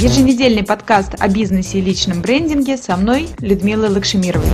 Еженедельный подкаст о бизнесе и личном брендинге со мной, Людмилой Лакшемировой.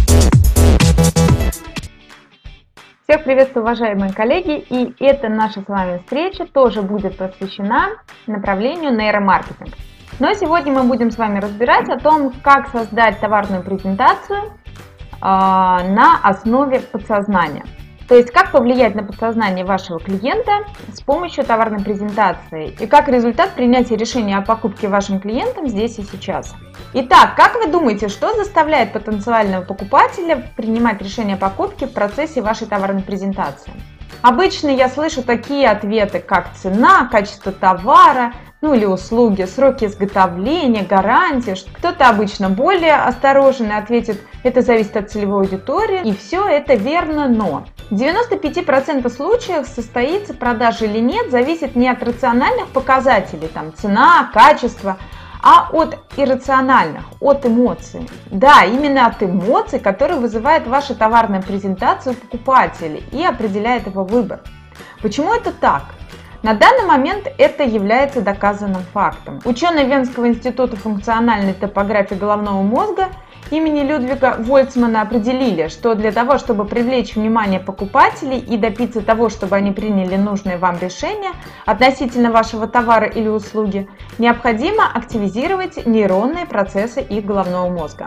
Всех приветствую, уважаемые коллеги, и эта наша с вами встреча тоже будет посвящена направлению нейромаркетинг. Но сегодня мы будем с вами разбирать о том, как создать товарную презентацию на основе подсознания. То есть, как повлиять на подсознание вашего клиента с помощью товарной презентации и как результат принятия решения о покупке вашим клиентам здесь и сейчас. Итак, как вы думаете, что заставляет потенциального покупателя принимать решение о покупке в процессе вашей товарной презентации? Обычно я слышу такие ответы, как цена, качество товара, или услуги, сроки изготовления, гарантия. Кто-то обычно более осторожен и ответит, это зависит от целевой аудитории, и все это верно, но в 95% случаев состоится продажа или нет, зависит не от рациональных показателей, цена, качество, а от иррациональных, от эмоций. Да, именно от эмоций, которые вызывает ваша товарная презентация у покупателей и определяет его выбор. Почему это так? На данный момент это является доказанным фактом. Ученые Венского института функциональной топографии головного мозга имени Людвига Вольцмана определили, что для того, чтобы привлечь внимание покупателей и добиться того, чтобы они приняли нужное вам решение относительно вашего товара или услуги, необходимо активизировать нейронные процессы их головного мозга.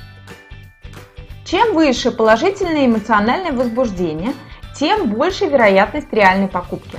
Чем выше положительное эмоциональное возбуждение, тем больше вероятность реальной покупки.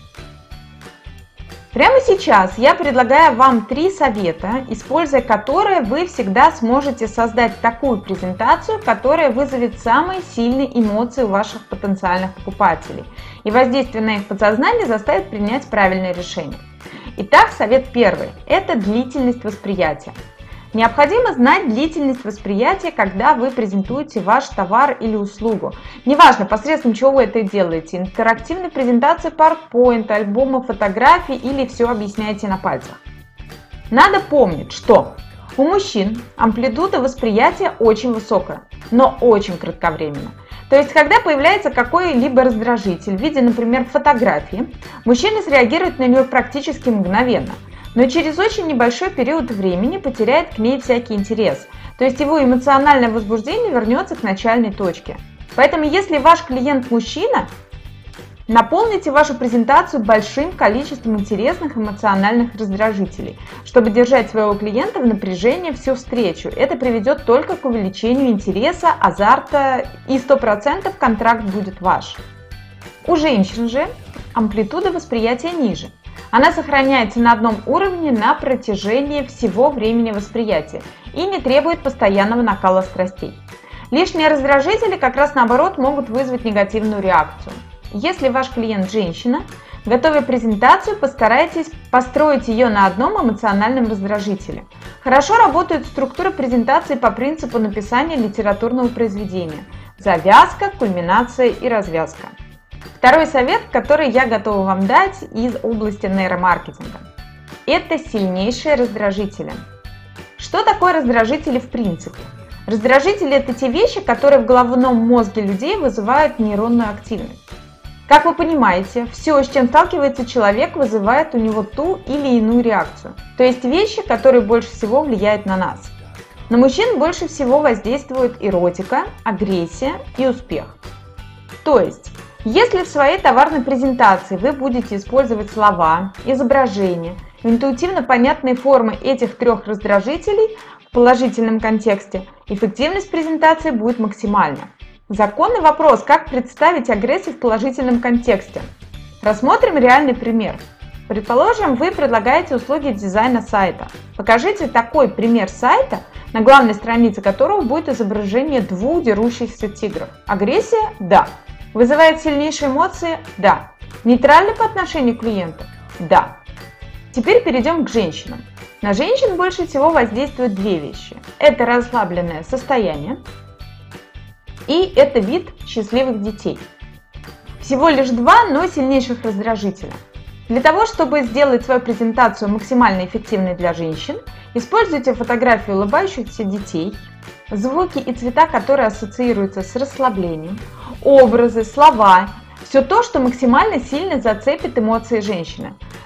Прямо сейчас я предлагаю вам 3 совета, используя которые вы всегда сможете создать такую презентацию, которая вызовет самые сильные эмоции у ваших потенциальных покупателей и воздействие на их подсознание заставит принять правильное решение. Итак, совет первый – это длительность восприятия. Необходимо знать длительность восприятия, когда вы презентуете ваш товар или услугу. Неважно, посредством чего вы это делаете, интерактивной презентации PowerPoint, альбома фотографий или все объясняете на пальцах. Надо помнить, что у мужчин амплитуда восприятия очень высокая, но очень кратковременно. То есть, когда появляется какой-либо раздражитель в виде, например, фотографии, мужчина среагирует на нее практически мгновенно. Но через очень небольшой период времени потеряет к ней всякий интерес, то есть его эмоциональное возбуждение вернется к начальной точке. Поэтому, если ваш клиент мужчина, наполните вашу презентацию большим количеством интересных эмоциональных раздражителей, чтобы держать своего клиента в напряжении всю встречу. Это приведет только к увеличению интереса, азарта, и 100% контракт будет ваш. У женщин же амплитуда восприятия ниже. Она сохраняется на одном уровне на протяжении всего времени восприятия и не требует постоянного накала страстей. Лишние раздражители как раз наоборот могут вызвать негативную реакцию. Если ваш клиент женщина, готовя презентацию, постарайтесь построить ее на одном эмоциональном раздражителе. Хорошо работает структура презентации по принципу написания литературного произведения: завязка, кульминация и развязка. Второй совет, который я готова вам дать из области нейромаркетинга, это сильнейшие раздражители. Что такое раздражители в принципе? Раздражители – это те вещи, которые в головном мозге людей вызывают нейронную активность. Как вы понимаете, все, с чем сталкивается человек, вызывает у него ту или иную реакцию. То есть вещи, которые больше всего влияют на нас. На мужчин больше всего воздействует эротика, агрессия и успех. То есть, если в своей товарной презентации вы будете использовать слова, изображения, интуитивно понятные формы этих 3 раздражителей в положительном контексте, эффективность презентации будет максимальна. Законный вопрос, как представить агрессию в положительном контексте. Рассмотрим реальный пример. Предположим, вы предлагаете услуги дизайна сайта. Покажите такой пример сайта, на главной странице которого будет изображение 2 дерущихся тигров. Агрессия? Да. Вызывает сильнейшие эмоции? Да. Нейтрально по отношению к клиенту? Да. Теперь перейдем к женщинам. На женщин больше всего воздействуют 2 вещи. Это расслабленное состояние и это вид счастливых детей. Всего лишь 2, но сильнейших раздражителя. Для того, чтобы сделать свою презентацию максимально эффективной для женщин, используйте фотографии улыбающихся детей, звуки и цвета, которые ассоциируются с расслаблением, образы, слова, все то, что максимально сильно зацепит эмоции женщины.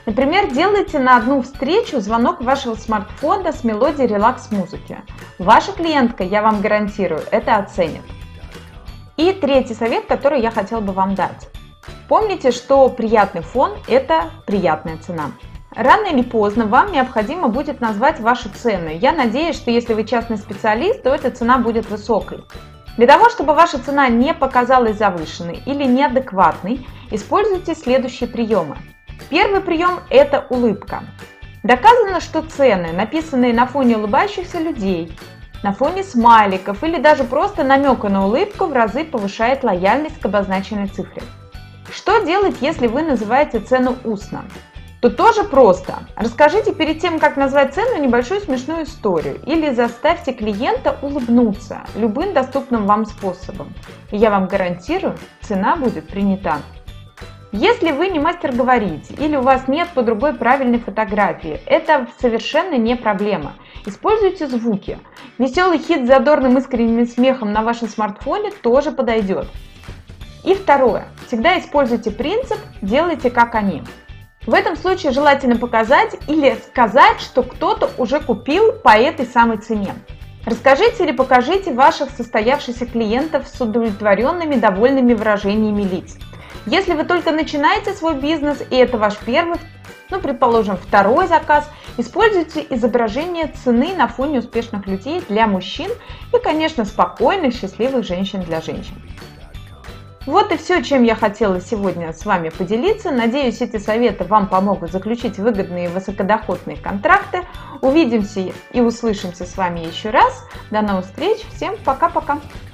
Например, делайте на одну встречу звонок вашего смартфона с мелодией релакс-музыки. Ваша клиентка, я вам гарантирую, это оценит. И третий совет, который я хотела бы вам дать. Помните, что приятный фон – это приятная цена. Рано или поздно вам необходимо будет назвать вашу цену. Я надеюсь, что если вы частный специалист, то эта цена будет высокой. Для того, чтобы ваша цена не показалась завышенной или неадекватной, используйте следующие приемы. Первый прием – это улыбка. Доказано, что цены, написанные на фоне улыбающихся людей, на фоне смайликов или даже просто намека на улыбку, в разы повышает лояльность к обозначенной цифре. Что делать, если вы называете цену устно? Тут тоже просто. Расскажите перед тем, как назвать цену, небольшую смешную историю или заставьте клиента улыбнуться любым доступным вам способом. И я вам гарантирую, цена будет принята. Если вы не мастер говорить или у вас нет под рукой правильной фотографии, это совершенно не проблема. Используйте звуки. Веселый хит с задорным искренним смехом на вашем смартфоне тоже подойдет. И второе. Всегда используйте принцип «делайте как они». В этом случае желательно показать или сказать, что кто-то уже купил по этой самой цене. Расскажите или покажите ваших состоявшихся клиентов с удовлетворенными, довольными выражениями лиц. Если вы только начинаете свой бизнес и это ваш первый, предположим, второй заказ, используйте изображение цены на фоне успешных людей для мужчин и, конечно, спокойных, счастливых женщин для женщин. Вот и все, чем я хотела сегодня с вами поделиться. Надеюсь, эти советы вам помогут заключить выгодные и высокодоходные контракты. Увидимся и услышимся с вами еще раз. До новых встреч. Всем пока-пока.